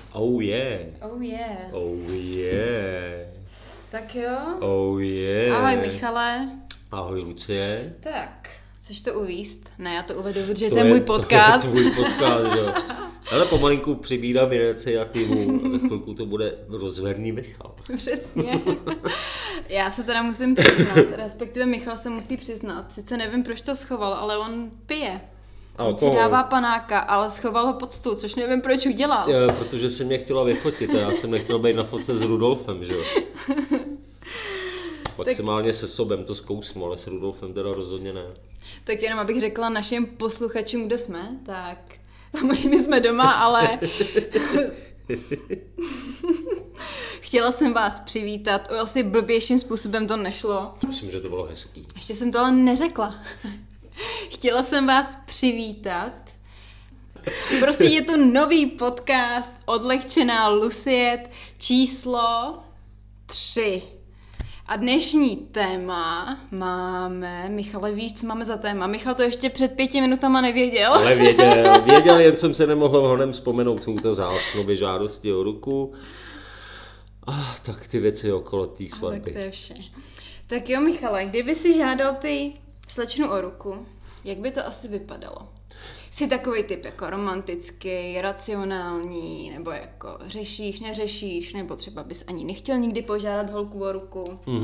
Oh yeah. Oh yeah. Oh yeah. Tak jo. Oh yeah. Ahoj Michale. Ahoj Lucie. Tak, chceš to uvíst? Ne, já to uvedu, protože to je můj podcast. To je tvůj podcast, jo. Ale pomalinku přibírám iniciativu a za chvilku to bude rozverný Michal. Přesně. Já se teda musím přiznat, respektive Michal se musí přiznat. Sice nevím, proč to schoval, ale on pije. On si dává panáka, ale schoval ho pod stůl, což nevím, proč udělal. Protože si mě chtěla vyfotit a já jsem nechtěl být na fotce s Rudolfem, že jo. Maximálně se sobem to zkousnu, ale s Rudolfem teda rozhodně ne. Tak jenom abych řekla našim posluchačům, kde jsme, tak samozřejmě jsme doma, ale chtěla jsem vás přivítat, asi blbějším způsobem to nešlo. Myslím, že to bylo hezký. Ještě jsem to ale neřekla. Chtěla jsem vás přivítat. Prostě je to nový podcast Odlehčená Lucie číslo 3. A dnešní téma máme, Michale, víš, co máme za téma? Michal to ještě před 5 minutama nevěděl. Ale věděl, jen jsem se nemohl honem vzpomenout, jsou to zásnuby, žádosti o ruku. Tak ty věci okolo té svatby. Tak to je vše. Tak jo, Michale, kdyby si žádal ty slečnu o ruku, jak by to asi vypadalo? Jsi takový typ jako romantický, racionální, nebo jako řešíš, neřešíš, nebo třeba bys ani nechtěl nikdy požádat holku o ruku?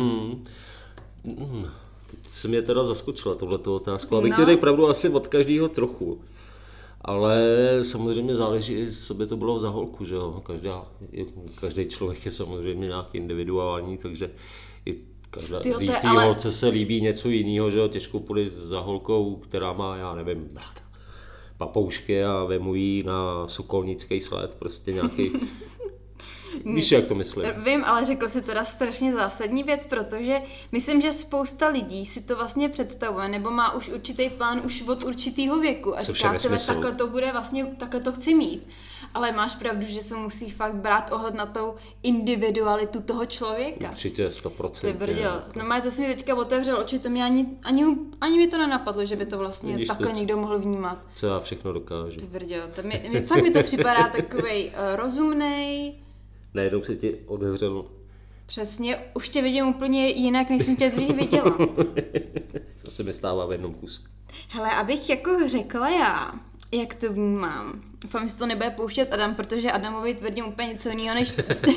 Teď se mě teda zaskočila touhleto otázku. Abych ti řekl pravdu, asi od každého trochu. Ale samozřejmě záleží, co by to bylo za holku, že jo. Každý člověk je samozřejmě nějak individuální, takže i té holce se líbí něco jiného, že jo. Těžko půjde za holkou, která má, já nevím, papoušky a vemu jí na sokolnický sled, prostě nějaký. Víš, jak to myslím? Vím, ale řekl jsi teda strašně zásadní věc, protože myslím, že spousta lidí si to vlastně představuje, nebo má už určitý plán už od určitého věku a říká, takhle to bude vlastně, takhle to chci mít. Ale máš pravdu, že se musí fakt brát ohled na tou individualitu toho člověka. Určitě 100%. Ty brděl. No to si mi teďka otevřel oči, to mi ani mi to nenapadlo, že by to vlastně vidíš, takhle někdo mohl vnímat. Co já všechno dokážu. Ty brděl, fakt mi to připadá takovej rozumnej. Najednou se ti otevřel. Přesně, už tě vidím úplně jinak, než jsem tě dřív viděla. To se mi stává v jednom kuse. Hele, abych jako řekla já, jak to vnímám. Doufám, že to nebude pouštět Adam, protože Adamovi tvrdím úplně něco jiného, než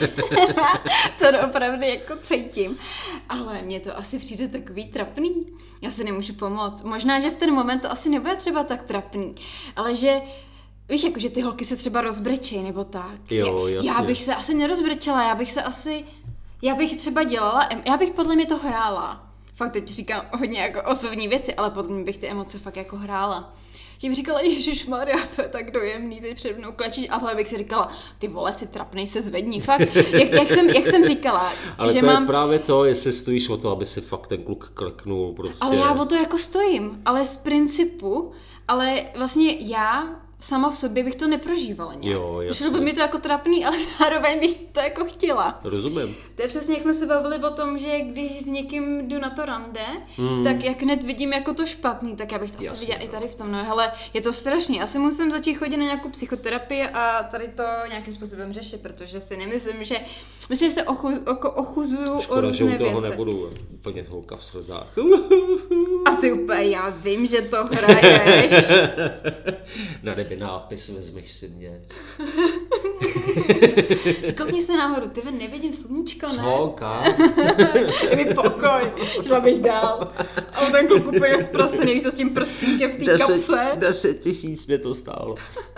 co opravdu jako cítím. Ale mně to asi přijde takový trapný. Já si nemůžu pomoct. Možná, že v ten moment to asi nebude třeba tak trapný, ale že víš, jako, že ty holky se třeba rozbrečí, nebo tak. Jo, jasně. Já bych se asi nerozbrečela, já bych třeba dělala, já bych podle mě to hrála. Fakt teď říkám hodně jako osobní věci, ale podle mě bych ty emoce fakt jako hrála. Že bych říkala, ježišmarja, to je tak dojemný, teď před mnou klečíš, a tohle bych si říkala, ty vole, si trapnej, se zvedni, fakt, jak jsem říkala. Ale že to je právě to, jestli stojíš o to, aby si fakt ten kluk kleknul prostě. Ale já o to jako stojím, ale z principu, ale vlastně já sama v sobě bych to neprožívala nějak. Jo, jasně. Přišlo by mi to jako trapný, ale zároveň bych to jako chtěla. Rozumím. To je přesně, jak jsme se bavili o tom, že když s někým jdu na to rande, tak jak hned vidím jako to špatný, tak já bych to asi viděla i tady v tom. No hele, je to strašný. Asi musím začít chodit na nějakou psychoterapii a tady to nějakým způsobem řešit, protože si nemyslím, že se ochuzuju o různé věci. Toho nebudu úplně holka v slzách. A ty úplně, já vím, že to hraješ. Na nebi nápis, vezmeš si mě. Koukni se nahoru, ty nevidím sluníčko, ne? Coka? Je mi pokoj, šla bych dál. A ten kluk úplně jak zprasený, víš, s tím prstínkem v té kapse. 10 000 mě to stálo.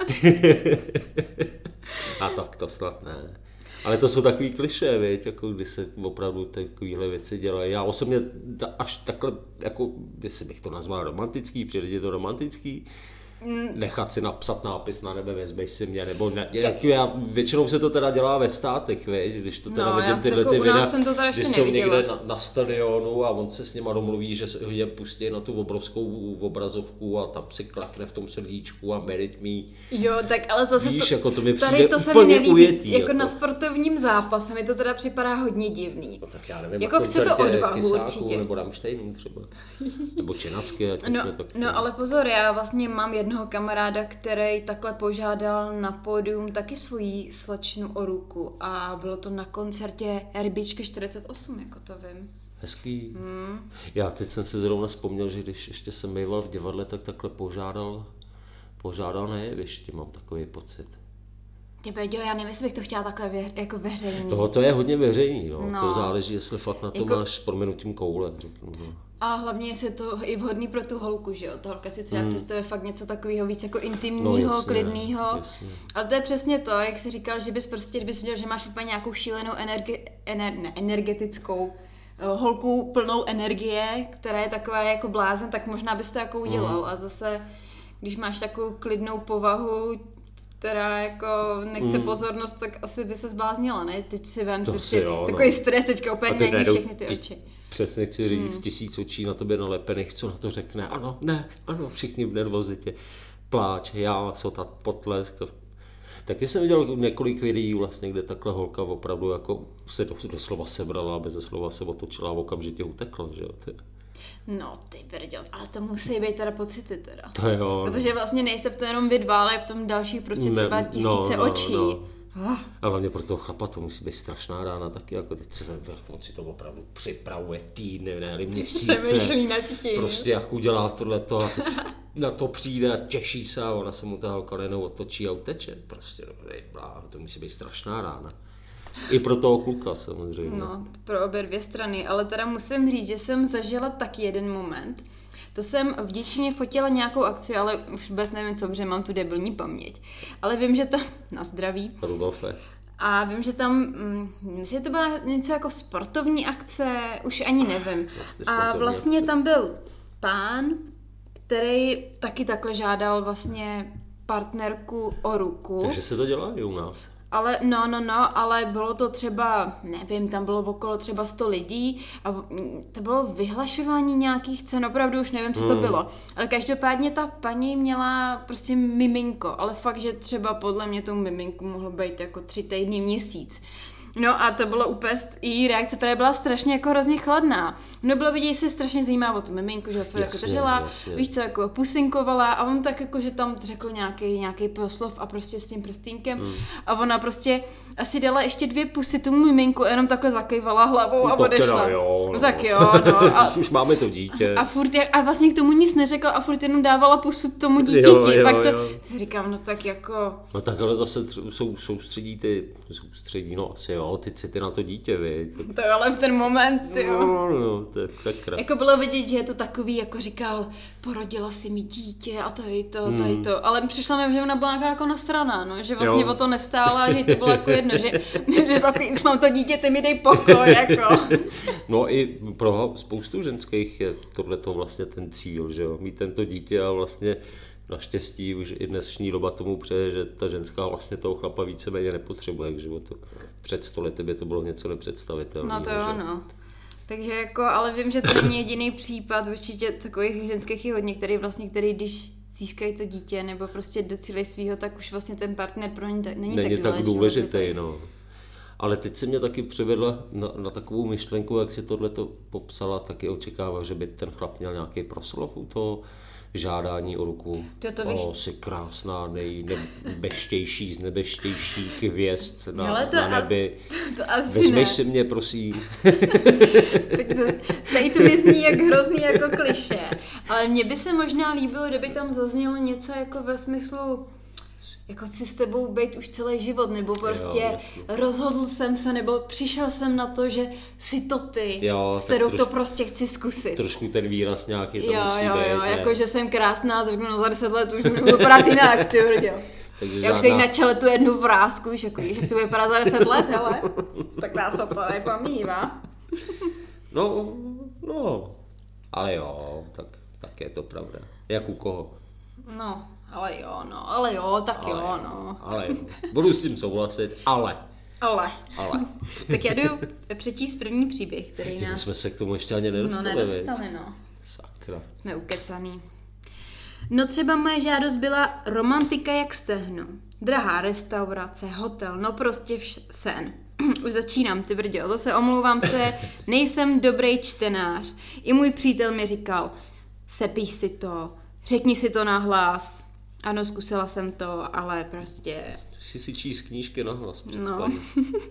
A tak to snad ne. Ale to jsou takový klišé, viď, jako když se opravdu takovéhle věci dělají. Já osobně až takhle, jako, jestli bych to nazval romantický, přijde je to romantický, nechat si napsat nápis na nebe, vezmeš si mě, nebo ne, většinou se to teda dělá ve státech, víš, když to teda vidím tyhle ty videa, když jsou někde na stadionu a on se s nima domluví, že je pustí na tu obrovskou obrazovku a tam si klakne v tom srdíčku a merit me. Jo, tak ale zase víš, to, jako to mi přijde to úplně ujetý. Jako na sportovním zápase mi to teda připadá hodně divný. No, tak já nevím, jako chce to odvahu Kysáků, určitě. nebo Rammsteinů třeba, nebo Čenasky. No ale pozor, já vlastně mám jednu jednoho kamaráda, který takhle požádal na pódium taky svoji slečnu o ruku a bylo to na koncertě Rybičky 48, jako to vím. Hezký. Já teď jsem si zrovna vzpomněl, že když ještě jsem býval v divadle, tak takhle požádal na jevišti, mám takový pocit. Ty Beďo, já nevím, jestli bych to chtěla takhle jako veřejný. No, to je hodně veřejný, no. No. To záleží, jestli fakt na to Jako... máš s prominutím koule. A hlavně je to i vhodný pro tu holku, že jo? Ta holka si teda představuje fakt něco takového víc jako intimního, no, jasně, klidného. Jasně. Ale to je přesně to, jak jsi říkal, že kdybys viděl, že máš úplně nějakou šílenou energetickou holku plnou energie, která je taková jako blázen, tak možná bys to jako udělal. A zase, když máš takovou klidnou povahu, která jako nechce pozornost, tak asi by se zbláznila, ne? Teď si vem, takový stres, teďka úplně není všechny ty oči. Přesně chci říct, 1000 očí na tobě nalepených, co na to řekne, ano, ne, ano, všichni v nervozitě, pláč, já, sotat, potlesk. Taky jsem viděl několik videí vlastně, kde takhle holka opravdu jako se doslova sebrala a bez slova se otočila a okamžitě utekla, že jo. No ty brďo, ale to musí být teda pocity teda. To jo. Protože vlastně nejste v tom jenom vy dva, ale v tom další prostě třeba tisíce očí. A hlavně pro toho chlapa to musí být strašná rána taky, jako teď on si to opravdu připravuje týdny, ne měsíce. Přemýšlí nad tím. Prostě jak udělá tohleto a teď na to přijde a těší se a ona se mu ta holka jenom otočí a uteče. Prostě to musí být strašná rána. I pro toho kluka samozřejmě. No, pro obě dvě strany, ale teda musím říct, že jsem zažila taky jeden moment. To jsem v Děčíně fotila nějakou akci, ale už vůbec nevím co, protože mám tu debilní paměť. Ale vím, že tam, na zdraví. Rudolfe. A vím, že tam, myslím, že to byla něco jako sportovní akce, už ani nevím. A vlastně akce. Tam byl pán, který taky takhle žádal vlastně partnerku o ruku. Takže se to dělá i u nás. Ale ale bylo to třeba, nevím, tam bylo okolo třeba 100 lidí a to bylo vyhlašování nějakých cen, opravdu už nevím, co to bylo. Ale každopádně ta paní měla prostě miminko, ale fakt, že třeba podle mě tomu miminku mohlo být jako 3 týdny, měsíc. No a to bylo úplně, její reakce právě byla strašně jako hrozně chladná. No bylo vidět, že se strašně zajímá o tu miminku, že ho jako držela, víš co, jako pusinkovala a on tak jako, že tam řekl nějaký proslov a prostě s tím prstínkem a ona prostě asi dala ještě 2 pusy tomu miminku a jenom takhle zakejvala hlavou a odešla. Jo, no tak jo, no. A už máme to dítě. A vlastně k tomu nic neřekla a furt jenom dávala pusu tomu dítěti. Jo, pak to si říkám, no tak jako... No tak ale zase soustředí, no asi jo, ty city na to dítě, viď. To je ale v ten moment, jo. No, to je sakra. Jako bylo vidět, že je to takový, jako říkal, porodila si mi dítě a tady to. Ale přišla mi, že ona byla jako nasraná, no, že vlastně o to nestála, že to bylo jako jedno, že takový, už mám to dítě, ty mi dej pokoj, jako. No i pro spoustu ženských je tohleto vlastně ten cíl, že jo, mít tento dítě a vlastně naštěstí už i dnešní doba tomu přeje, že ta ženská vlastně toho chlapa víceméně nepotřebuje k životu. Před 100 lety by to bylo něco nepředstavitelného. No to jo, no. Takže jako, ale vím, že to není jediný případ, určitě takových ženských je hodně, který když získají to dítě nebo prostě docílejí svýho, tak už vlastně ten partner pro ně není tak důležitý. No. Ale teď se mě taky přivedla na takovou myšlenku, jak si tohleto popsala, taky očekávám, že by ten chlap měl nějaký proslov u toho žádání o ruku. Jsi krásná, nejnebeštější z nebeštějších hvězd na nebi. Vezmeš si mě, prosím. Tak tady to mi zní jak hrozný jako klišé. Ale mně by se možná líbilo, kdyby tam zaznělo něco jako ve smyslu jako chci s tebou být už celý život, nebo prostě rozhodl jsem se, nebo přišel jsem na to, že jsi to ty, s kterou to prostě chci zkusit. Trošku ten výraz nějaký to musí být. Jako že jsem krásná, tak za 10 let už můžu vypadat jinak, ty brďo. Já už teď na čele tu jednu vrásku, už jako že to vypadá za 10 let, hele. Tak nás o to nepomívá. No, ale jo, tak je to pravda. Jak u koho? No. Ale jo, no. Ale jo, budu s tím souhlasit, ale. Tak já jdu přečíst první příběh, který nás... jsme se k tomu ještě ani nedostali. No. Sakra. Jsme ukecaný. No třeba moje žádost byla romantika jak stehno. Drahá restaurace, hotel, no prostě sen. Už začínám, ty brďo, zase omlouvám se, nejsem dobrý čtenář. I můj přítel mi říkal, sepíš si to, řekni si to nahlas. Ano, zkusila jsem to, ale prostě... Si číst knížky na hlas před No. spaním.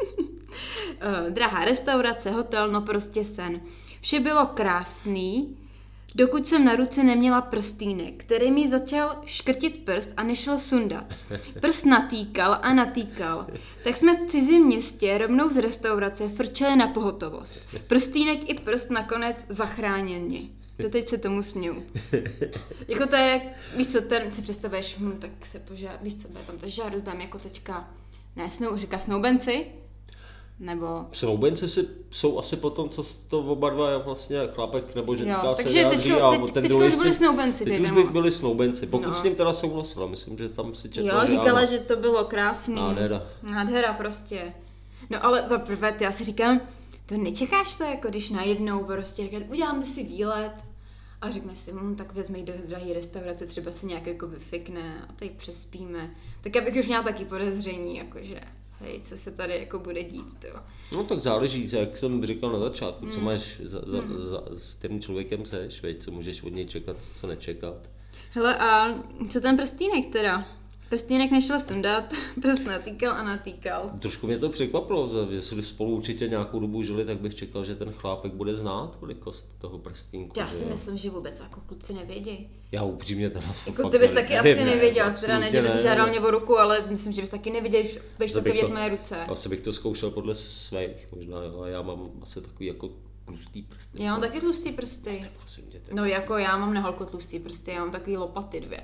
Drahá restaurace, hotel, no prostě sen. Vše bylo krásný, dokud jsem na ruce neměla prstýnek, který mi začal škrtit prst a nešel sundat. Prst natýkal a natýkal. Tak jsme v cizím městě rovnou z restaurace frčeli na pohotovost. Prstýnek i prst nakonec zachránil mě. Doteď se tomu směju. Jako to je, víš co, ten si představuješ, tak se víš co, bude tam ta žádost, budeme jako teďka, ne, říká snoubenci, nebo... Snoubenci jsou asi potom, co to oba dva vlastně chlapek nebo ženská jo, se takže vyjádří a ten druhý už byli snoubenci. Teď už byli snoubenci, pokud s ním teda souhlasila, myslím, že tam si četla, jo, že říkala, ano. že to bylo krásný. Nádhera prostě. No ale za prvé, já si říkám, to nečekáš to, jako když najednou prostě říkáš, uděláme si výlet a řekne si, tak vezmej do drahé restaurace, třeba se nějak jako vyfikne a tady přespíme. Tak já bych už měla taky podezření, jakože hej, co se tady jako bude dít, jo. No tak záleží, jak jsem říkal na začátku, co máš s tím člověkem seš, veď, co můžeš od něj čekat, co nečekat. Hele, a co ten prstýnek teda? Prstýnek nešel sundat, prst natýkal a natýkal. Trošku mě to překvapilo, jestli spolu určitě nějakou dobu žili, tak bych čekal, že ten chlápek bude znát velikost toho prstínku. Já si myslím, že vůbec jako kluci nevědí. Já upřímně teda jako ty bys taky asi nevěděl, teda ne, že bys žádal mě o ruku, ale myslím, že bys taky nevěděl, že budeš taky vidět mé ruce. Asi bych to zkoušel podle svých, možná, ale já mám asi takový jako tlustý prsty. Já mám taky tlustý prsty. No jako já mám na holku tlustý prsty, já mám takový lopaty 2.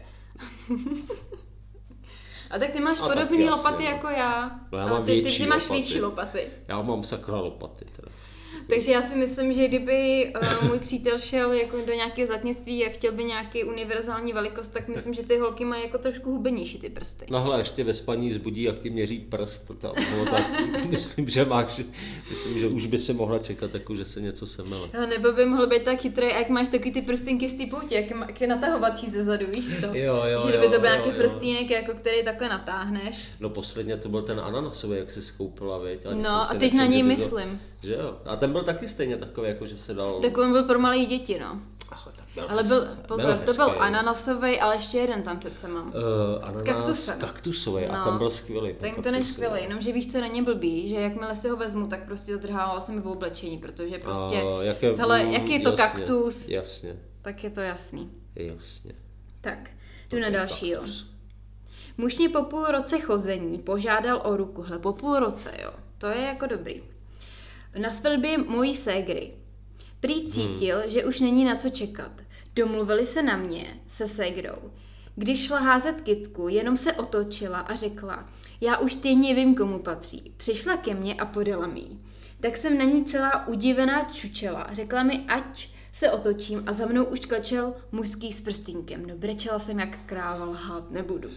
A tak ty máš podobný lopaty jako já. No já mám ty máš větší lopaty. Já mám sakra lopaty teda. Takže já si myslím, že kdyby můj přítel šel jako do nějakého zatnictví a chtěl by nějaký univerzální velikost, tak myslím, že ty holky mají jako trošku hubenější ty prsty. No hele, ještě ve spaní zbudí, jak ti měří prst, tak myslím, že už by se mohla čekat, jako, že se něco semele. No, nebo by mohl být tak chytrý, jak máš taky ty prstinky z té poutě, jak je natahovací ze zadu, víš co? Jo, že kdyby to byl nějaký prstínek, jako který takhle natáhneš. No posledně to byl ten ananasový, jak jsi skoupila, viď? No a teď na něj myslím. Že jo, a ten byl taky stejně takový, jako že se dal... Tak on byl pro malé děti, no. Ale pozor, byl to byl ananasový, ale ještě jeden tam přece mám. Ananas s kaktusem. Kaktusový, no. A ten byl skvělý. Ten je skvělý, jenomže víš, co na něm blbý, že jakmile si ho vezmu, tak prostě zadrhávala se mi v oblečení, protože prostě, jak je to kaktus, jasně. Tak je to jasný. Jasně. Tak, jdu na dalšího. Muž mě po půl roce chození požádal o ruku, po půl roce, jo, to je jako dobrý. Na svatbě mojí ségry. Prý cítil, že už není na co čekat. Domluvili se na mě se ségrou. Když šla házet kytku, jenom se otočila a řekla, já už stejně vím, komu patří. Přišla ke mně a podala mi ji. Tak jsem na ní celá udivená čučela. Řekla mi, ať se otočím a za mnou už klečel mužský s prstínkem. No brečela jsem jak kráva, lhát nebudu.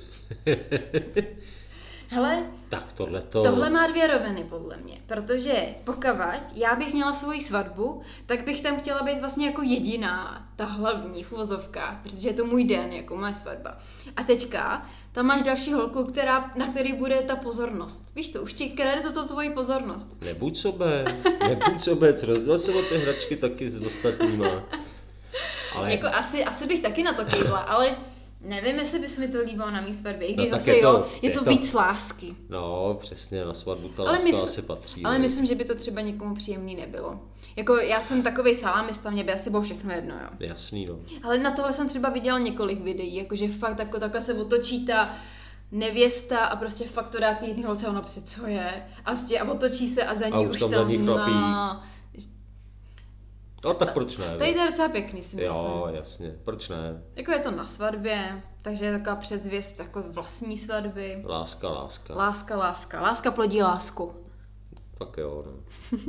Hele, tak tohle má 2 roviny podle mě, protože pokavať já bych měla svoji svatbu, tak bych tam chtěla být vlastně jako jediná, ta hlavní v uvozovkách, protože je to můj den, jako moje svatba. A teďka tam máš další holku, na který bude ta pozornost. Víš co, už ti krade to tvoji pozornost. Nebuď sobec, rozděl se o ty hračky taky s ostatníma. Ale... Jako asi bych taky na to kejvla, ale... Nevím, jestli bys mi to líbilo na mý svatbě, i když no, zase je to víc lásky. No, přesně, na svatbu ta láska asi patří. Ale myslím, že by to třeba někomu příjemný nebylo. Jako já jsem takovej salamista, mě by asi bylo všechno jedno, jo. Jasný, no. Ale na tohle jsem třeba viděla několik videí, jakože fakt jako takhle se otočí ta nevěsta a prostě fakt to dá ty jedný holce, ona prostě co je? A otočí se a za ní už tam No tak proč ne? To je docela pěkný, si myslím. Jo, jasně, proč ne? Jako je to na svatbě, takže je taková předzvěst jako vlastní svatby. Láska plodí lásku. Tak jo, no.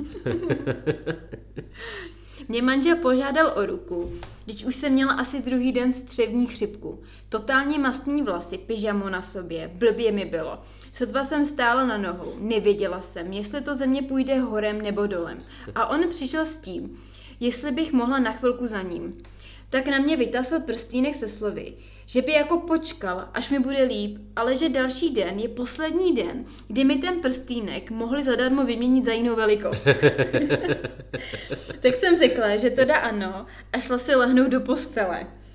Mě manžel požádal o ruku, když už jsem měla asi druhý den střevní chřipku. Totálně mastní vlasy, pyžamo na sobě, blbě mi bylo. Sotva jsem stála na nohou, nevěděla jsem, jestli to ze mě půjde horem nebo dolem. A on přišel s tím, jestli bych mohla na chvilku za ním. Tak na mě vytasl prstínek se slovy, že by jako počkal, až mi bude líp, ale že další den je poslední den, kdy mi ten prstýnek mohli zadarmo vyměnit za jinou velikost. Tak jsem řekla, že teda ano a šla si lehnout do postele.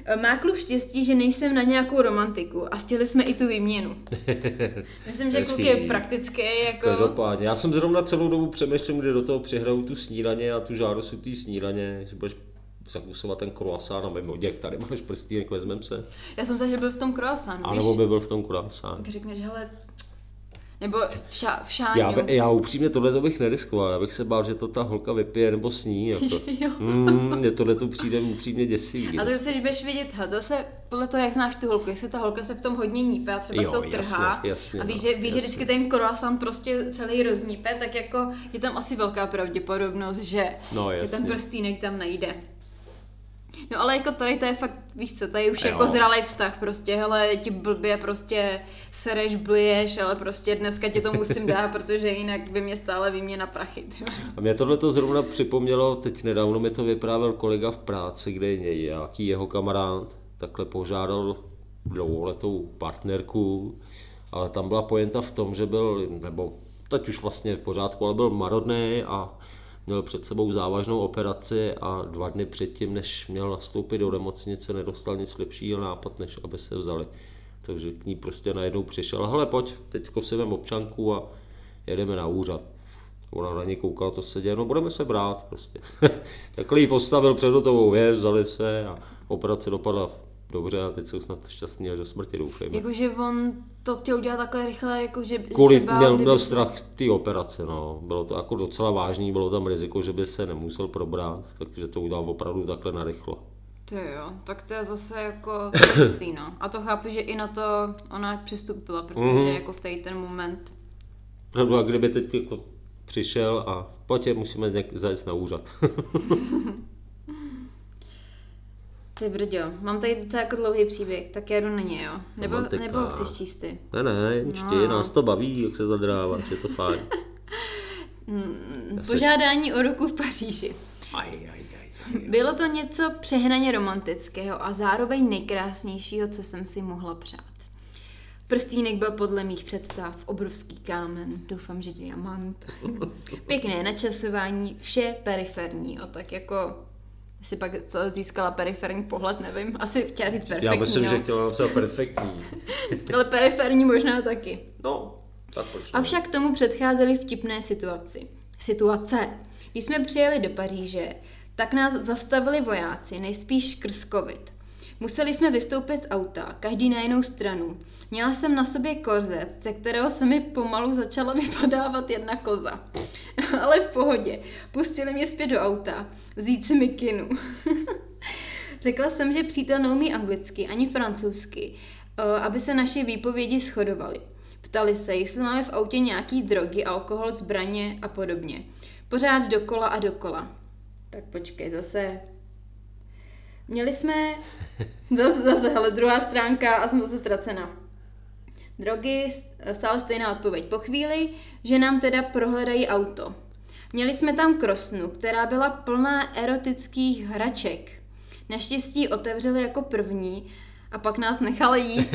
Má kluk štěstí, že nejsem na nějakou romantiku a chtěli jsme i tu výměnu. Myslím, že kluk je praktický. Jako... Každopádně. Já jsem zrovna celou dobu přemýšlel, kdy do toho přihraju tu snídaně a tu žádost u té snídaně, že budeš zakusovat ten croissant a mimo děk, tady máš prstýnek, vezmem se. Já jsem se, že byl v tom croissantu, víš? Nebo by byl v tom croissant. Tak řekneš, hele, nebo v šáňu. Já upřímně tohle bych neriskoval, já bych se bál, že to ta holka vypije nebo sní. Jako. Mně tohle to přijde upřímně děsivý. A to si, když budeš vidět, zase podle toho, jak znáš tu holku, jestli ta holka se v tom hodně nípe a třeba se to trhá jasně, a víš, že vždycky ten croissant prostě celý roznípe, tak jako je tam asi velká pravděpodobnost, že ten prstýnek tam nejde. No ale jako tady to je fakt, víš co, tady už jako zralej vztah prostě, hele, ti blbě prostě sereš, bliješ, ale prostě dneska ti to musím dát, protože jinak by mě stále výměna prachy. A mě tohle to zrovna připomnělo, teď nedávno mi to vyprávěl kolega v práci, kde nějaký jeho kamarád takhle požádal dlouholetou partnerku, ale tam byla pointa v tom, že byl, nebo teď už vlastně v pořádku, ale byl marodný a měl před sebou závažnou operaci a 2 dny předtím, než měl nastoupit do nemocnice, nedostal nic lepšího nápad, než aby se vzali. Takže k ní prostě najednou přišel, hele pojď, teďko si vem občanku a jedeme na úřad. Ona na ní koukala, to se děje, no budeme se brát prostě. Takhle jí postavil před hotovou věc, vzali se a operace dopadla dobře a teď jsou snad šťastný až do smrti, doufejme. Jakože on to chtěl udělat takhle rychle, jakože kvůli se bál, měl strach té operace, no. Bylo to jako docela vážný, bylo tam riziko, že by se nemusel probrat, takže to udělal opravdu takhle narychlo. To jo, tak to je zase jako tristý, no. A to chápu, že i na to ona přistoupila, protože jako v ten moment. No a kdyby teď jako přišel a pojď, musíme zajít na úřad. Ty brďo, mám tady docela jako dlouhý příběh, tak já jdu na ně, jo? Nebo chceš číst ty? Ne, čti, nás to baví, jak se zadráváš, je to fajn. Požádání o ruku v Paříži. Bylo to něco přehnaně romantického a zároveň nejkrásnějšího, co jsem si mohla přát. Prstýnek byl podle mých představ obrovský kámen, doufám, že diamant. Pěkné načasování, vše periferní, tak jako... Jestli pak získala periferní pohled, nevím. Asi chtěla říct perfektní. Já myslím, že chtěla napsat perfektní. Ale periferní možná taky. No, tak proč. Avšak tomu předcházely vtipné situace. Když jsme přijeli do Paříže, tak nás zastavili vojáci, nejspíš skrz covid. Museli jsme vystoupit z auta, každý na jinou stranu. Měla jsem na sobě korzet, ze kterého se mi pomalu začala vypadávat jedna koza. Ale v pohodě. Pustili mě zpět do auta, vzít si mikinu. Řekla jsem, že přítel neumí anglicky ani francouzsky, aby se naše výpovědi shodovaly. Ptali se, jestli máme v autě nějaký drogy, alkohol, zbraně a podobně. Pořád dokola a dokola. Tak počkej, zase... Měli jsme... Zase, hele, druhá stránka a jsem zase ztracena. Drogy, stále stejná odpověď. Po chvíli, že nám teda prohledají auto. Měli jsme tam krosnu, která byla plná erotických hraček. Naštěstí otevřeli jako první a pak nás nechali jít.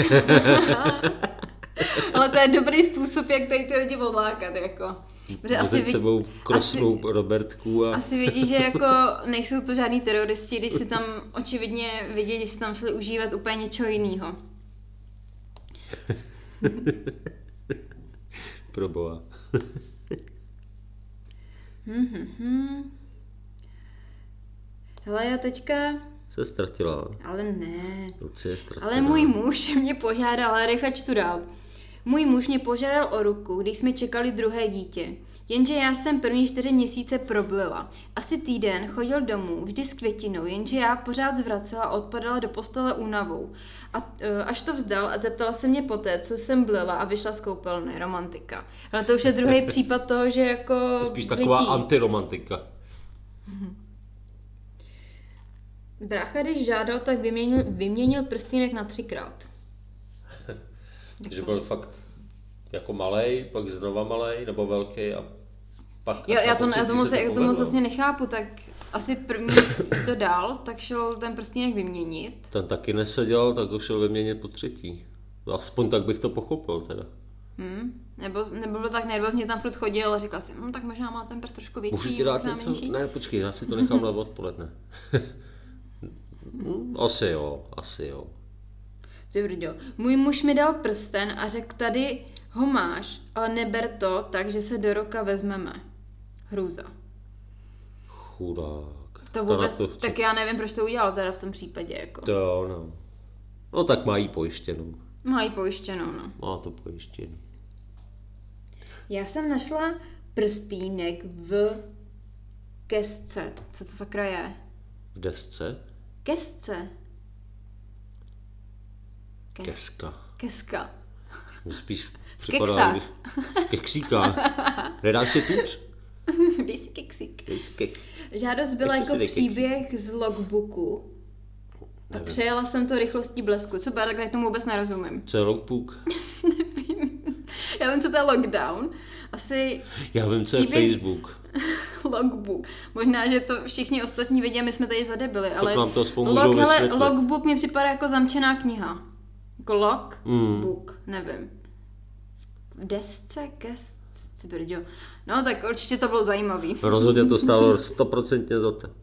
Ale to je dobrý způsob, jak tady ty lidi odlákat, jako. Protože asi sebou krosnou Robertku a... Asi vidí, že jako nejsou to žádný teroristi, když si tam očividně vidí, že si tam šli užívat úplně něčeho jiného. Proboha. Hele, já teďka... Se ztratila. Ale ne. Lucie je ztracená. Ale můj muž mě požádal, ale rychle čtu dál. Můj muž mě požádal o ruku, když jsme čekali druhé dítě. Jenže já jsem první 4 měsíce problila. Asi týden chodil domů, vždy s květinou, jenže já pořád zvracela a odpadala do postele únavou. Až to vzdal a zeptala se mě poté, co jsem blila a vyšla z koupelny. Romantika. Ale to už je druhý případ toho, že jako... Spíš taková antiromantika. Brácha, když žádal, tak vyměnil prstýnek na 3krát. Že byl fakt jako malej, pak znova malej, nebo velký a pak... Jo, já to moc vlastně nechápu, tak asi první to dal, tak šel ten prstýnek vyměnit. Ten taky neseděl, tak ho šel vyměnit po 3. Aspoň tak bych to pochopil teda. Nebo byl tak nervózní, tam furt chodil a říkal si, tak možná má ten prst trošku větší, můžu ti dát možná něco? menší. Ne, počkej, já si to nechám na odpoledne. Asi jo. Ty brďo. Můj muž mi dal prsten a řekl, tady ho máš, ale neber to tak, že se do roka vezmeme. Hrůza. Chudák. To vůbec, tak já nevím, proč to udělal teda v tom případě. Jako. To jo, no. No tak mají pojištěnou. Mají pojištěnou, no. Má to pojištěný. Já jsem našla prstýnek v kesce. Co to sakra je? V desce? Kesce. Keska. Spíš v keksách. V keksíkách. Nedáš si tuč? Dej si keksík. Keks. Žádost byla jako příběh z logbooku. A přejela jsem to rychlostí blesku. Co tak já tomu vůbec nerozumím. Co je logbook? Nevím. Já vím, co to je lockdown. Asi... Já vím, co je Facebook. Logbook. Možná, že to všichni ostatní vědí, my jsme tady zadebili, ale nám to logbook mi připadá jako zamčená kniha. Jako logbook, nevím. V desce, co brďo. No tak určitě to bylo zajímavý. Rozhodně to stálo 100% za to.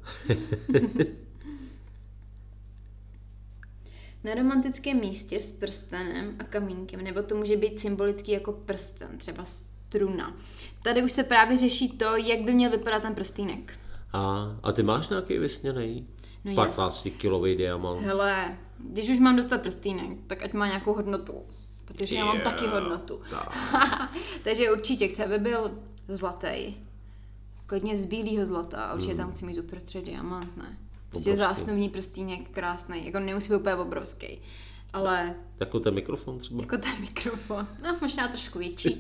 Na romantickém místě s prstenem a kamínkem, nebo to může být symbolický jako prsten, třeba struna. Tady už se právě řeší to, jak by měl vypadat ten prstýnek. A ty máš nějaký vysněnej? No 15-kilový diamant. Hele, když už mám dostat prstýnek, tak ať má nějakou hodnotu. Protože já mám taky hodnotu. Takže určitě chci, aby byl zlatý. Klidně z bílého zlata a určitě tam chci mít uprostřed diamant, ne? Prostě zásnubní prstýnek, krásný. Jako nemusí být úplně obrovský. Ale... Jako ten mikrofon třeba? Jako ten mikrofon. No, možná trošku větší.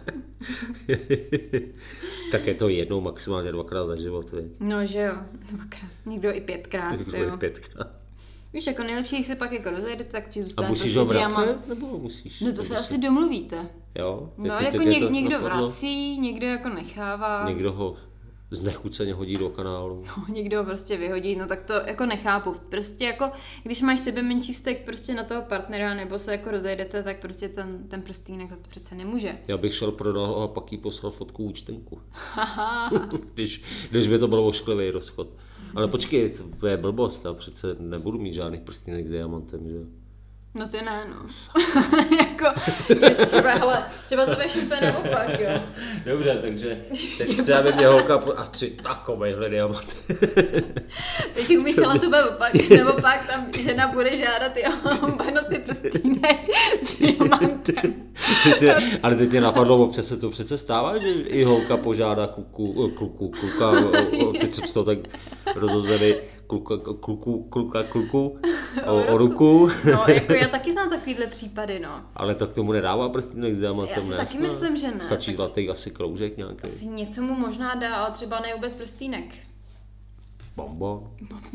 Tak je to jednou, maximálně 2krát za život, viď? No, že jo. 2krát. Někdo i 5krát. Někdo i 5krát. Víš, jako nejlepší, když se pak jako rozejde, tak ti zůstane. A musíš ho vracet, nebo musíš? No to se asi domluvíte. Jo? No, jako někdo vrací, někdo jako nechává. Někdo ho znechuceně hodí do kanálu. No, někdo ho prostě vyhodí, no tak to jako nechápu. Prostě jako, když máš sebe menší vztek prostě na toho partnera, nebo se jako rozejdete, tak prostě ten prstýnek to přece nemůže. Já bych šel prodal a pak jí poslal fotku účtenku. když by to bylo ošklivý rozchod. Ale počkej, to je blbost, já přece nebudu mít žádných prstýnek s diamantem, že? No ty ne, no. Jako, třeba to běž úplně naopak, jo. Dobře, takže teď chci, aby mě holka a 3 takovejhle diamant. Teď u Michala to bude naopak, tam žena bude žádat, jo, bude nosit prstýnek s diamantem. Ale teď mě napadlo, občas se to přece stává, že i holka požádá kluka, teď jsem z toho tak rozhozený, kluku o ruku. No, jako já taky znám takovýhle případy, no. Ale tak tomu nedává prstýnek s diamantem, já si taky myslím, že ne. Stačí zlatý asi kroužek nějaký. Asi něco mu možná dá, ale třeba ne vůbec prstýnek. Bonbon.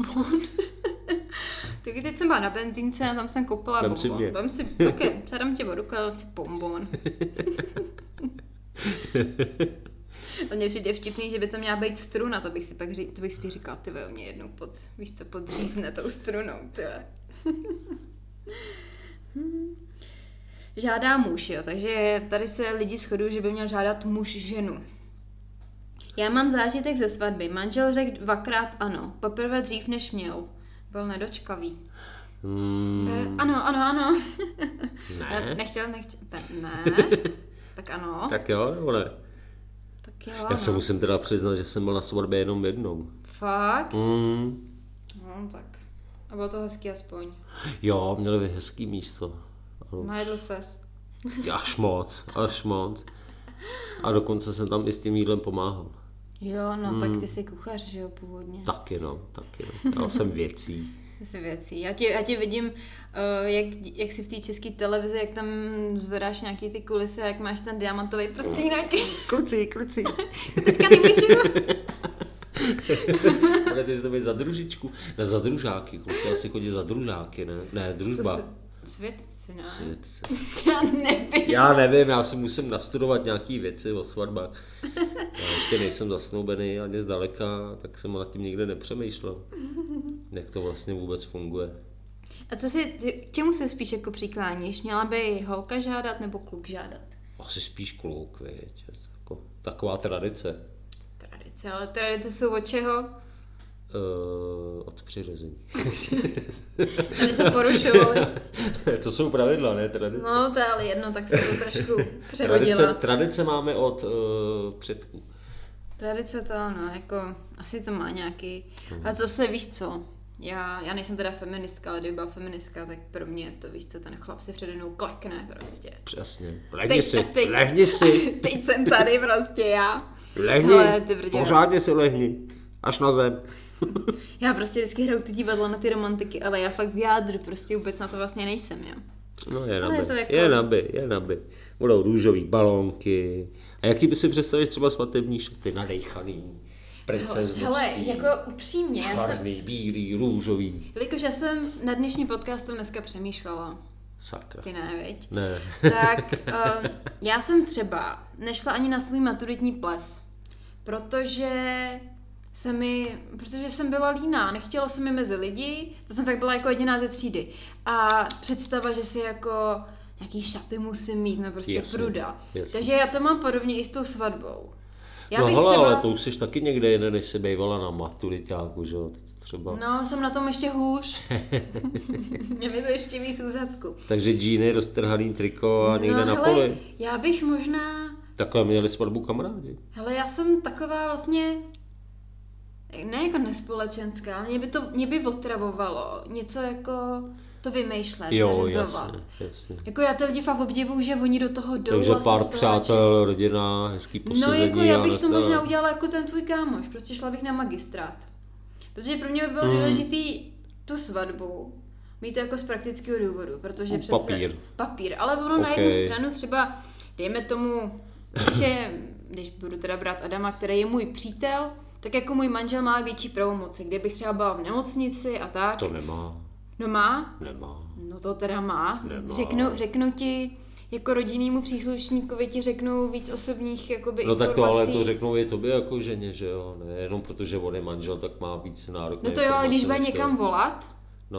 Taky teď jsem byla na benzínce a tam jsem koupila bonbon. Vem si taky, předám tě vodu, dám si bonbon. A mě přijde vtipný, že by to měla být struna, to bych spíš říkala, ty mě jednou podřízne tou strunou, ty. Žádá muž, jo, takže tady se lidi shodují, že by měl žádat muž ženu. Já mám zážitek ze svatby, manžel řekl 2krát ano, poprvé dřív než měl. Byl nedočkavý. Ano. Ne. Nechtěl. Ne. Tak ano. Tak jo, nebo ne? Tak jo, Já se musím teda přiznat, že jsem byl na svatbě jenom jednou. Fakt? No tak. A bylo to hezký aspoň. Jo, měli hezký místo. Najedl ses. Až moc. A dokonce jsem tam i s tím jídlem pomáhal. Jo, no tak ty jsi kuchař, že jo, původně. Taky no. Já jsem věcí. Ty věcí. Já tě vidím, jak si v té české televizi, jak tam zvedáš nějaký ty kulisy a jak máš ten diamantový prstýnek. Kluci. Teďka nemůžu. Budete, že to bude za družičku? Ne, za družáky. Kluci asi chodí za družáky, ne? Ne, družba. Světci, ne? Světci. Já nevím. Já si musím nastudovat nějaký věci o svatbách. Já ještě nejsem zasnoubený ani zdaleka, tak jsem nad tím nikdy nepřemýšlel. Jak to vlastně vůbec funguje. A čemu se spíš jako přikláníš? Měla by holka žádat nebo kluk žádat? Asi spíš kluk, víš. Jako taková tradice. Tradice, ale tradice jsou od čeho? Od přirození. Tady se porušovali. To jsou pravidla, ne tradice. No to je ale jedno, tak se to trošku přehodila. Tradice máme od předků. Tradice to, no, jako asi to má nějaký. A zase víš co, já nejsem teda feministka, ale kdyby byla feministka, tak pro mě to víš co, ten chlap si přede mnou klakne prostě. Přesně, lehni si. Teď jsem tady prostě já. Lehni, pořádně si lehni, až na zem. Já prostě vždycky hraju ty divadla na ty romantiky, ale já fakt v jádru prostě vůbec na to vlastně nejsem, jo. No je naby. Budou růžový balónky. A jaký by si představíš třeba svatební šaty nadejchaný, princeznovský, hele, jako upřímně, černý, bílý, růžový. Jelikož já jsem na dnešní podcastu dneska přemýšlela. Sakra. Ty ne, viď? Ne. Tak já jsem třeba nešla ani na svůj maturitní ples, protože jsem byla líná, nechtěla jsem mi mezi lidi, to jsem fakt byla jako jediná ze třídy. A představa, že si jako nějaký šaty musím mít, no prostě pruda. Takže já to mám podobně i s tou svatbou. Ale to už jsi taky někde jinde, než se bývala na maturiťáku, že jo? Třeba. No, jsem na tom ještě hůř. Mě mi to ještě víc úzadku. Takže džíny, roztrhaný triko a někde na poli. Já bych možná... Takhle měli svatbu kamarádi. Hele, já jsem taková vlastně... Ne jako nespolečenská, ale mě by otravovalo něco jako to vymýšlet, zařizovat. Jasně. Jako já ty lidi fakt obdivuju, že oni do toho jdou. Takže pár přátel, rodina, hezký posezení. No jako já bych to možná udělala jako ten tvůj kámoš, prostě šla bych na magistrát. Protože pro mě by bylo důležitý tu svatbu mít to jako z praktického důvodu, protože přece... Papír. Ale ono na jednu stranu třeba, dejme tomu, když budu teda brát Adama, který je můj přítel, tak jako můj manžel má větší pravomoci, kdybych třeba byla v nemocnici a tak. To nemá. No má? Nemá. No to teda má. Nemá. Řeknu ti, jako rodinnému příslušníkovi ti řeknou víc osobních jakoby informací. No tak to ale to řeknou i tobě jako ženě, že jo? Ne, jenom protože on je manžel, tak má víc nárok. No to jo, ale když bude někam volat,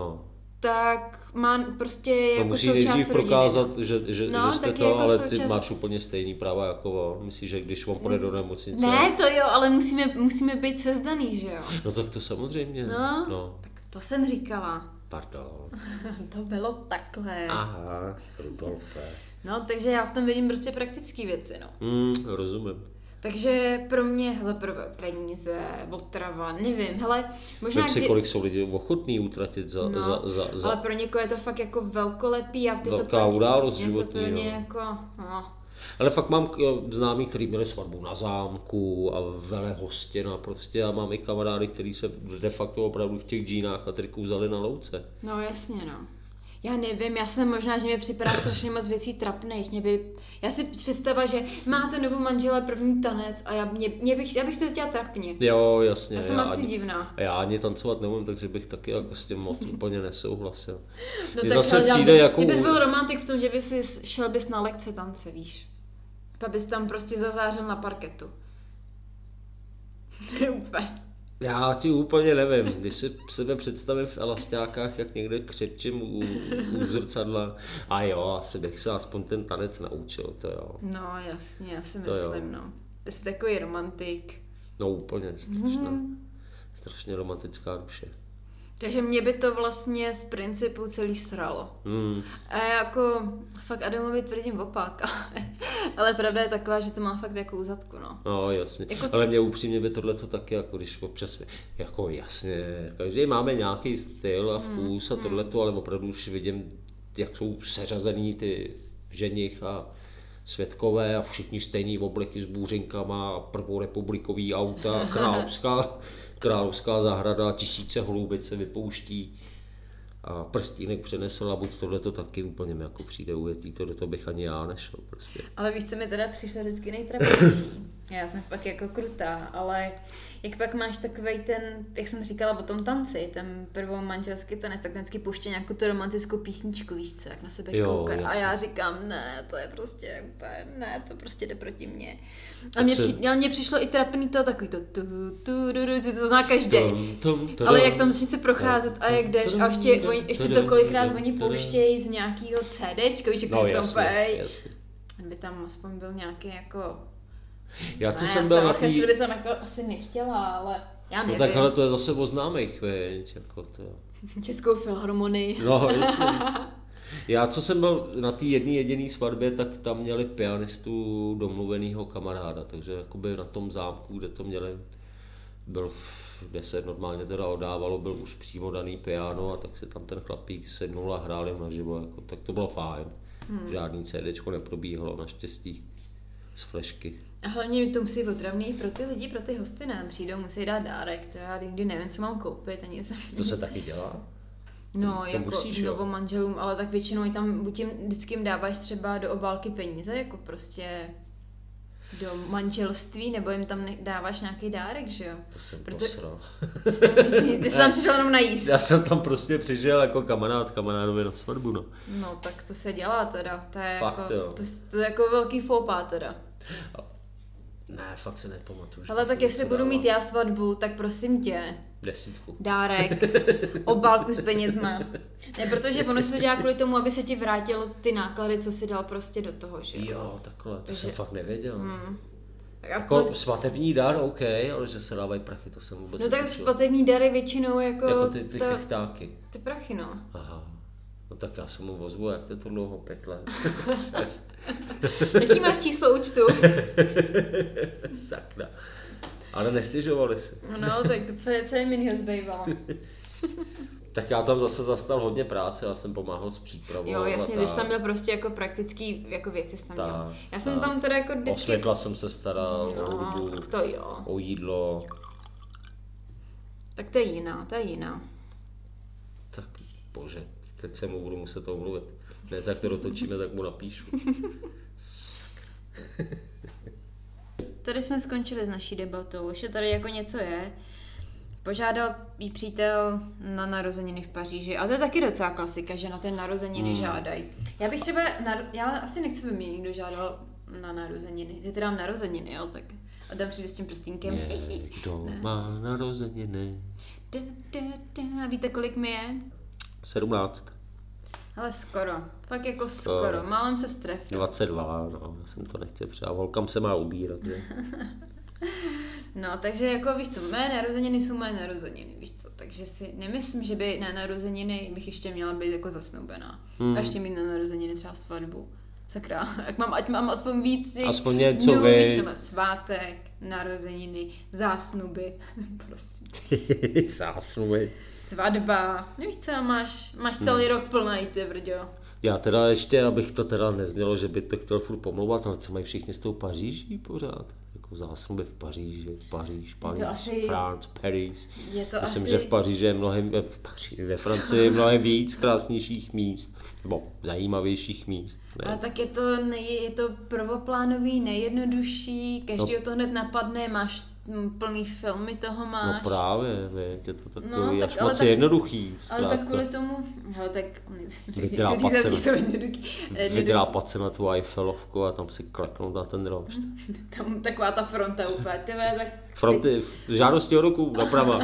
tak má prostě jako musí součást rodiny. Prokázat, že jste to, jako ale ty máš úplně stejný práva jako on. Myslíš, že když on půjde do nemocnice? Ne, to jo, ale musíme být sezdaný, že jo? No tak to samozřejmě. No. Tak to jsem říkala. Pardon. To bylo takhle. Aha, Rudolfe. No, takže já v tom vidím prostě praktické věci, no. Rozumím. Takže pro mě, hele, peníze, otrava, nevím, hele, možná... Vem si, kolik jsou lidi ochotní utratit za... ale pro někoho je to fakt jako velkolepý a ty velká událost životní, to pro ně jako, no. Ale fakt mám známí, kteří měli svatbu na zámku a vele hostina prostě a mám i kamarády, kteří se de facto opravdu v těch džínách a triku vzali na louce. No jasně, no. Já nevím, já jsem možná, že mě připadá strašně moc věcí trapných. Já si představa, že máte novou manžele první tanec a já bych se chtěla trapně. Jo, jasně. Já jsem asi divná. A já ani tancovat nevím, takže bych taky jako s tím moc úplně nesouhlasil. No tak zase ty bys byl romantik v tom, že šel bys na lekce tance, víš. Pak bys tam prostě zazářil na parketu. Úplně. Já ti úplně nevím, když si sebe představím v elastákách, jak někde křepčím u zrcadla. A jo, asi bych se aspoň ten tanec naučil, to jo. No jasně, já si myslím, no. Ty jsi takový romantik. No úplně, strašně romantická duše. Takže mě by to vlastně z principu celý sralo. A jako fakt Adamovi tvrdím opak, ale pravda je taková, že to má fakt jako úzadku, no. No jasně, ale mě upřímně by tohleto taky, jako když občas, jako jasně, každý máme nějaký styl a vkus a tohleto, ale opravdu už vidím, jak jsou seřazený ty ženich a svědkové a všichni stejný obleky s bůřinkama, prvorepublikový auta, královská zahrada, tisíce holubic se vypouští a prstínek přenesl a buď tohleto taky úplně mi jako přijde ujetý, to do toho bych ani já nešel prostě. Ale víš, co mi teda přišlo vždycky nejtrapnější? Já jsem fakt jako krutá, ale jak pak máš takovej ten, jak jsem říkala o tom tanci, ten prvomanželský tanec, tak ten vždycky pouště nějakou tu romantickou písničku, víš co, jak na sebe koukají. A já říkám, ne, to je prostě úplně, ne, to prostě jde proti mně. A mně přišlo i trapný to takový to si to zná každý. Ale jak tam začne se procházet a jak jdeš a ještě to kolikrát oni pouštějí z nějakého CDčka, víš, jak to fej. By tam aspoň byl nějaký jako... Já jsem byl na orchestru bych tam jako asi nechtěla, ale... Já nevím. No tak ale to je zase o známých, veď, jako to. Českou filharmonii. No, já, co jsem byl na té jedné jediné svatbě, tak tam měli pianistu domluvenýho kamaráda, takže jakoby na tom zámku, kde to měli, kde se normálně teda oddávalo, byl už přímo daný piano a tak se tam ten chlapík sednul a hrál jim naživo, jako, tak to bylo fajn. Žádný CDčko neprobíhalo naštěstí z flešky. A hlavně to musí být otravný pro ty lidi, pro ty hosty, nám přijdou, musí dát dárek, to já nikdy nevím, co mám koupit, ani jsem... To se taky dělá? No, to jako musíš, novomanželům, ale tak většinou i tam buď jim vždycky jim dáváš třeba do obálky peníze, jako prostě do manželství, nebo jim tam dáváš nějaký dárek, že jo? To jsem posral. Ty jsi tam přišel jenom najíst. Já jsem tam prostě přišel jako kamarádovi na svatbu, no. No, tak to se dělá teda, to je Fakt, jako, jo. to je jako velký faux pas teda. Ne, fakt se nepamatuju. Ale tak jestli budu mít já svatbu, tak prosím tě, 10. dárek, obálku s penězma. Ne, protože ono se to dělá kvůli tomu, aby se ti vrátilo ty náklady, co si dal prostě do toho, že Jo, takhle, to jsem fakt nevěděl. Jako svatební dar, OK, ale že se dávají prachy, to jsem vůbec no tak netušil. svatební dary většinou jako ty chechtáky. ty prachy, no. Aha. No tak já jsem mu ozvu, jak to dlouho pekle. Jaký máš číslo účtu? Sakra. Ale nestěžovali si. No, tak co je minýho zbývalo. Tak já tam zase zastal hodně práce, já jsem pomáhal s přípravou. Jo, jasně, ty jsi tam měl prostě jako praktický jako věci jsi tam dělal. Já jsem tak. tam teda jako vždycky... O světla jsem se staral, no, o hudbu, tak to jo. o jídlo. Tak to je jiná. Tak bože, teď se mu budu muset omluvit. Ne, tak to dotočíme, tak mu napíšu. Tady jsme skončili s naší debatou, ještě tady jako něco je. Požádal jí přítel na narozeniny v Paříži. A to je taky docela klasika, že na ty narozeniny žádají. Já bych třeba, já asi nechci, aby mě někdo žádal na narozeniny. Ty teda mám narozeniny, jo, tak Adam přijde s tím prstínkem. Kdo má narozeniny? A víte, kolik mi je? 17. Ale skoro, fakt jako skoro, málem se strefil. 22, no, já jsem to nechtěl přijat. Volkam se má ubírat, že? No, takže jako víš co, mé narozeniny jsou mé narozeniny, víš co, takže si nemyslím, že by na narozeniny bych ještě měla být jako zasnoubená. A ještě mít na narozeniny třeba svatbu. Sakra, ať mám aspoň víc těch aspoň něco, dnů, víš co, mám svátek, narozeniny, zásnuby, prostě. Zásnuby. Svatba, nevíš co, máš celý rok plný, ty brďo. Já teda ještě, abych to teda neznělo, že by to chtěl furt pomlouvat, ale co mají všichni s tou Paříží pořád? Jako zásnuby v Paříži, Paříž, France, Paris. Myslím, že v Paříži je ve Francii je mnohem víc krásnějších míst, nebo zajímavějších míst. Ne? Ale tak je to prvoplánový, nejjednodušší, každý to hned napadne, máš plný filmy toho máš. No právě, víš, je to takový no, až moc jednoduchý. Ale tak kvůli tomu, hele tak, vydělápat se na tu Eiffelovku a tam si kleknout na ten rošt. Tam taková ta fronta úplně, tak... Fronty, žádosti o ruku, doprava.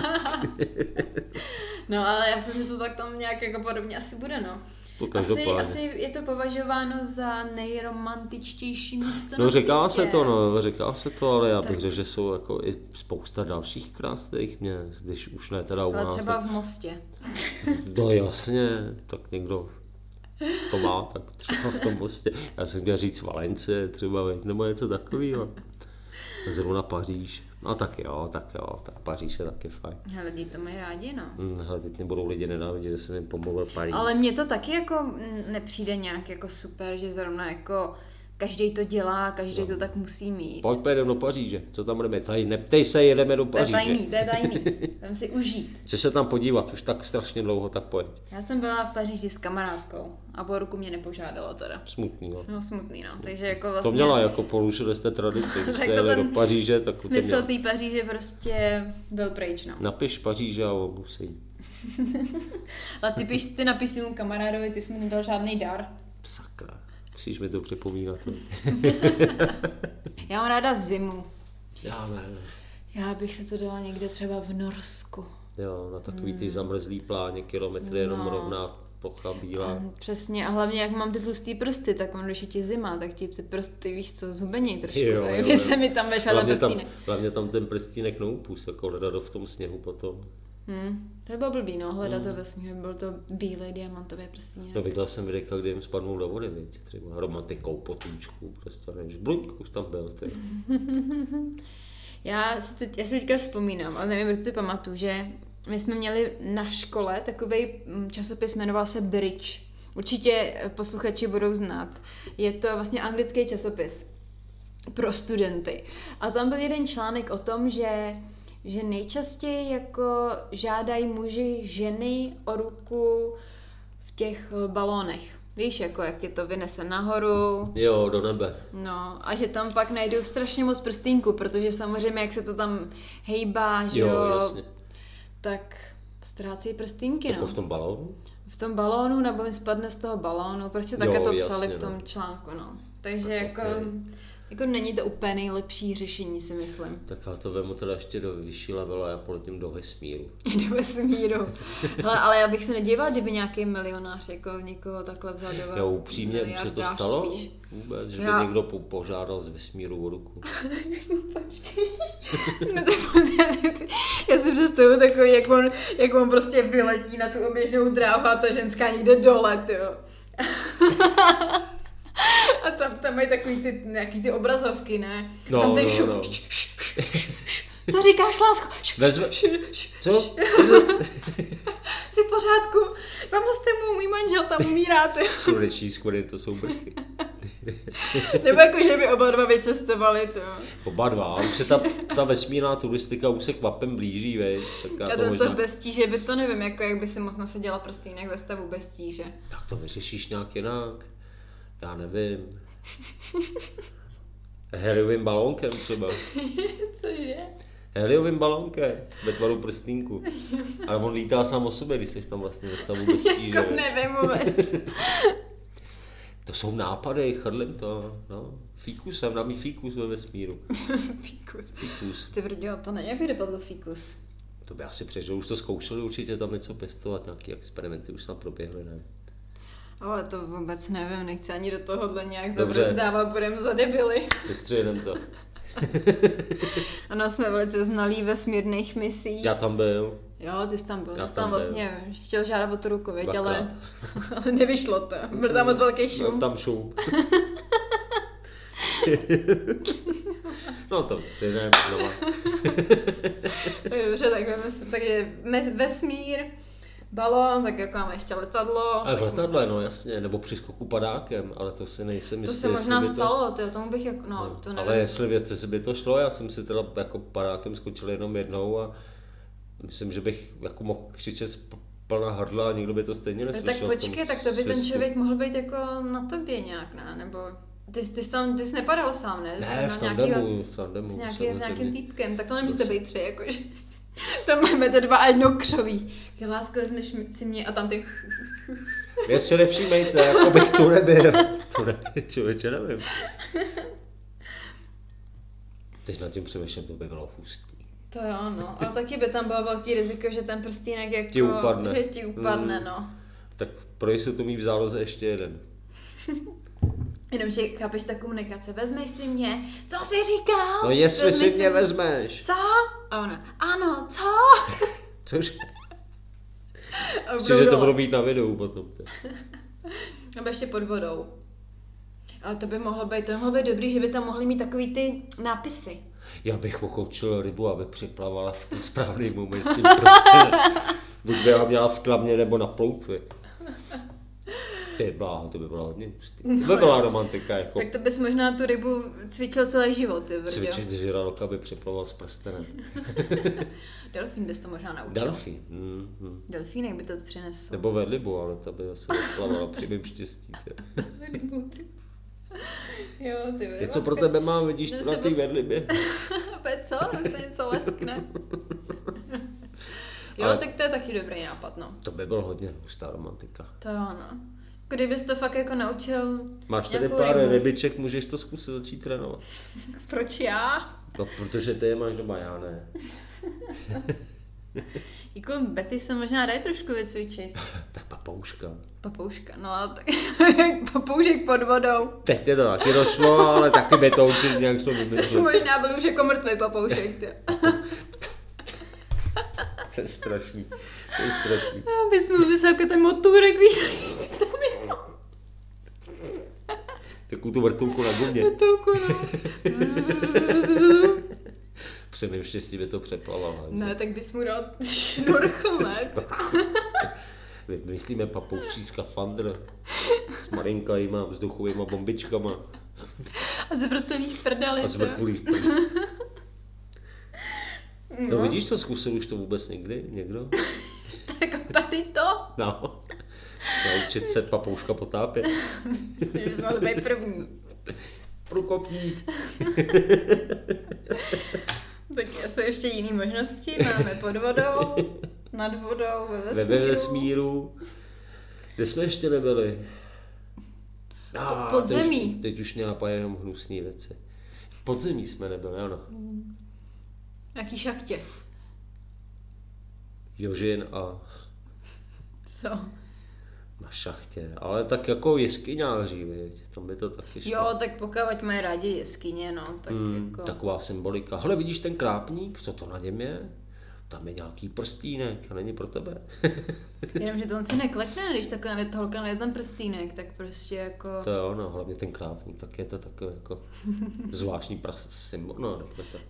No ale já jsem si to tak tam nějak jako podobně asi bude, no. Asi je to považováno za nejromantičtější místo no, na říká světě. říká se to, ale já bych řekl, že jsou jako i spousta dalších krásných měst, když už ne teda u nás. Ale třeba v Mostě. No jasně, tak někdo to má, tak třeba v tom Mostě. Já jsem chtěl říct Valencie třeba, nebo něco takového. Zrovna Paříž. No tak Paříž je taky fajn. Hele, lidi to mají rádi, no. Hele, teď nebudou lidi nenávidět, že jsem jim pomluvil Paříž. Ale mně to taky jako nepřijde nějak jako super, že zrovna jako každý to dělá, každý to tak musí mít. Pojď pojedeme do Paříže, co tam budeme? Tady neptej se, jedeme do Paříže. To je tajný, tam si užít. Chceš se tam podívat, už tak strašně dlouho, tak pojď. Já jsem byla v Paříži s kamarádkou a po ruku mě nepožádala teda. Smutný, no. No smutný, no, takže jako vlastně... To měla, jako porušili jste tradici, když jste jeli do Paříže, tak to smysl té Paříže prostě byl pryč, no. Napiš Paříže a obusej. Ale ty napisy kamarádovi, ty jsi mi nedal žádný dar. Sakra. Musíš mi to připomínat. Já mám ráda zimu. Já ne. Já bych se to dala někde třeba v Norsku. Jo, na takový ty zamrzlý pláně, kilometry jenom rovná plocha bílá. Přesně, a hlavně jak mám ty tlustý prsty, tak on, když je ti zima, tak ti ty prsty, víš co, zhubení trošku, kdyby se mi tam vešla ten prstínek. Hlavně tam ten prstínek noupus, jako hledat v tom sněhu potom. To bylo blbý, no, hledat to ve sněhu, byl to bílej diamantový prstínek. No viděl jsem videjka, kdy jim spadnul do vody, víc, třeba romantikou, potůčku, prostě než bluňku už tam byl, ty. Já si teďka vzpomínám, ale nevím, proč si pamatuju, že my jsme měli na škole takový časopis, jmenoval se Bridge. Určitě posluchači budou znát. Je to vlastně anglický časopis pro studenty. A tam byl jeden článek o tom, že nejčastěji jako žádají muži ženy o ruku v těch balónech. Víš, jako jak tě to vynese nahoru. Jo, do nebe. No, a že tam pak najdou strašně moc prstínku, protože samozřejmě, jak se to tam hejbá, že jo, jasně. Tak ztrácí prstínky, jako no. v tom balónu? V tom balónu, nebo mi spadne z toho balónu, prostě také to psali jasně, v tom článku, no. Takže jako není to úplně nejlepší řešení, si myslím. Tak já to vemu teda ještě do vyšší level a já poletím do vesmíru. Do vesmíru. Ale já bych se nedívala, kdyby nějaký milionář jako někoho takhle vzal do Jo, upřímně, už se to stalo? Spíš. Vůbec, že by někdo požádal z vesmíru o ruku. Počkej. No to já si představuji takový, jak on prostě vyletí na tu oběžnou dráhu a ta ženská někde dole, tyjo. A tam mají takový nějaký ty obrazovky, ne? No, tam ten no. Co říkáš, lásko? Co? Jsi v pořádku? Pomozte mu, můj manžel tam umírá. Sluneční skvrny, to jsou brchy. Nebo jako, že by oba dva vycestovali, to. Oba dva, už se ta vesmírná turistika už se kvapem blíží, vej. A ten stav bez tíže, by to nevím, jako jak by si moc naseděla prstýnek ve stavu bez tíže. Tak to vyřešíš nějak jinak. Já nevím. Heliovým balónkem třeba. Cože? Heliovým balónkem ve tvaru prstínku. Ale on lítá sám o sobě, když jsi tam vlastně ve stavu bez tíže. Jako nevím vůbec. To jsou nápady, chrlím to. No. Fíkusem, dám jí fíkus ve vesmíru. Fíkus. Ty brďo, to není, jak by dopadl fíkus. To by asi přežil, už to zkoušeli určitě tam něco pěstovat, nějaké experimenty už tam proběhly, ne? Ale to vůbec nevím, nechci ani do tohohle nějak zabrzdávat, budeme za debily. Vystřelím to. Ano, jsme velice znalí vesmírných misí. Já tam byl. Jo, ty jsi tam byl. Ty jsi tam vlastně chtěl žádat o tu ruku, věď, ale nevyšlo to. Byl tam moc velký šum. Byl tam šum. No to, ty ne, znova. Tak dobře, takže vesmír, balón, tak jako máme ještě letadlo. Ale v letadle, no jasně, nebo při skoku padákem, ale to si nejsem jistý. To se možná stalo, tomu bych jako, no to nevím. Ale jestli by to šlo, já jsem si teda jako padákem skočil jenom jednou a myslím, že bych jako mohl křičet plná hrdla a nikdo by to stejně neslyšel. Tak počkej, tak to by ten člověk mohl být jako na tobě nějak, ne? Nebo ty jsi nepadal sám, ne? Ne, v tandemu. S nějakým týpkem, tak to nemůžete být tři, jakože. Tam máme to 2 a jednou křoví. Lásko, vezmeš si mě a tam ty... Mě se nepřijmejte, jako bych tu nebyl. Člověče, nevím. Teď nad tím přemýšlím, to by bylo hustý. To jo, no. Ale taky by tam bylo velký riziko, že ten prstínek jako... Ti upadne, no. Tak pro jistotu mít v záloze ještě jeden. Jenomže chápeš ta komunikace, vezmeš si mě, co jsi říkal? No jestli si mě vezmeš. Co? A ona, ano, co? Což? Že to budu mít na videu potom. Nebo ještě pod vodou. Ale to by mohlo být dobrý, že by tam mohly mít takový ty nápisy. Já bych pokoučil rybu, aby připlavala v ten správný moment s tím prostě. Buď by ho měla v klamě nebo na ploutvi. Ty bláho, to by bylo hodně hustý. To by byla romantika. Jako. Tak to bys možná tu rybu cvičil celý život, ty brďo. Cvičit žraloka, aby připlaval s prstenem. Delfín bys to možná naučil. Delfín. Delfínek by to přinesl. Nebo vedlibu, ale ta by zase odplavala při mým štěstí. Jo, ty něco pro tebe mám, vidíš to na té vedlibě. Co? Tam se něco leskne. Jo, ale tak to je taky dobrý nápad, no. To by byl hodně hustá romantika. To ano. Kdybys to fakt jako naučil. Máš tady pár rybiček, můžeš to zkusit začít trénovat. Proč já? No, protože ty je máš doma, já ne. Jako Betty se možná dají trošku vycvičit. Tak Papouška, no tak papoušek pod vodou. Teď je to taky došlo, ale taky by to určitě nějak šlo vymyslet. Možná byl už jako mrtvý papoušek. To je strašný. Bys mu vysel jako ten motůrek, víš? Takovou tu vrtulku na gumě. Vrtulku, no. Přemýšlím, jestli by to přeplavalo. Ne, tak bys mu dal šnorchl, ne? Myslíme papouší skafandr s malinkajima vzduchovýma bombičkama. A zvrtlých prdeli. No vidíš to, zkusil už to vůbec někdo? Tak tady to. No. Naučit se papouška potápět. Myslím, že jsme mohli být první. Průkopník. Tak jsou ještě jiné možnosti. Máme pod vodou, nad vodou, ve vesmíru. Kde jsme ještě nebyli? Pod zemí. Teď už mě napadají jenom hnusný věci. V podzemí jsme nebyli, ano. Jaký šachtě? Jožin a... Co? Na šachtě, ale tak jako jeskyňáři, viď? Tam by to taky šlo. Jo, tak pokud mají rádi jeskyně, no, tak jako... Taková symbolika. Hele, vidíš ten krápník, co to na něm je? Tam je nějaký prstínek a není pro tebe. Jenomže to on si neklekne, když taková holka nejde ten prstýnek, tak prostě jako... To je ono, hlavně ten krápník, tak je to takový jako zvláštní symbol, no, nechme to.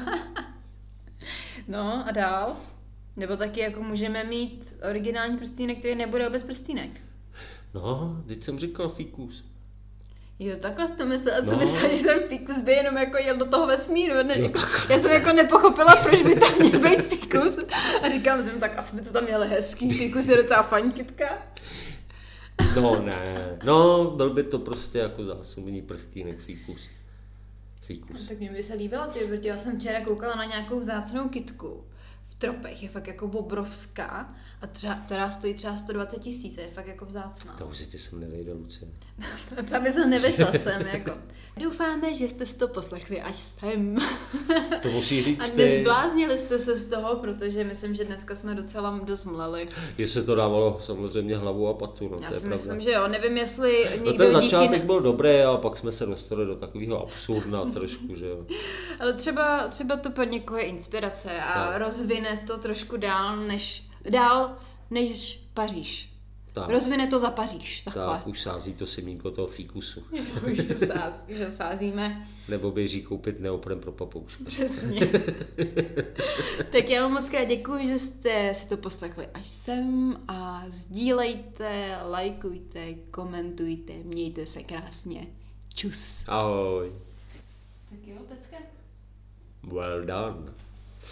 No a dál? Nebo taky jako můžeme mít originální prstýnek, který nebude bez prstýnek. No, teď jsem říkal fikus. Jo, takhle jsi to myslela, já jsem myslela, že ten fikus by jenom jako jel do toho vesmíru. Ne? Jako, já jsem jako nepochopila, proč by tam měl být fikus. A říkám si, tak asi by to tam měl hezký, fikus je docela fajn kytka. No ne, no byl by to prostě jako zásobný prstínek fikus. No, tak mě by se líbilo, protože já jsem včera koukala na nějakou vzácnou kytku. V tropech je fakt jako obrovská a která stojí třeba 120 000, je fakt jako vzácná. To už si jsem nevejde, Lucie. To by se nevešla sem, jako. Doufáme, že jste si to poslechli až sem. To musí říct a nezbláznili jste se z toho, protože myslím, že dneska jsme docela dost mleli. Že se to dávalo samozřejmě hlavu a patu, no, já to je si pravda. myslím, že jo, nevím, jestli někdo ten začátek byl dobrý a pak jsme se dostali do takového absurdna trošku, že jo. Ale třeba to pro někoho je inspirace a rozvine to trošku dál než Paříž. Tak. Rozvine to za Paříž, takhle. Tak, už sází to semínko toho fíkusu. Už ho sázíme. Nebo běží koupit neopren pro papouška. Přesně. Tak já vám moc krát děkuji, že jste si to poslechli až sem a sdílejte, lajkujte, komentujte, mějte se krásně. Čus. Ahoj. Tak jo, pecka. Well done.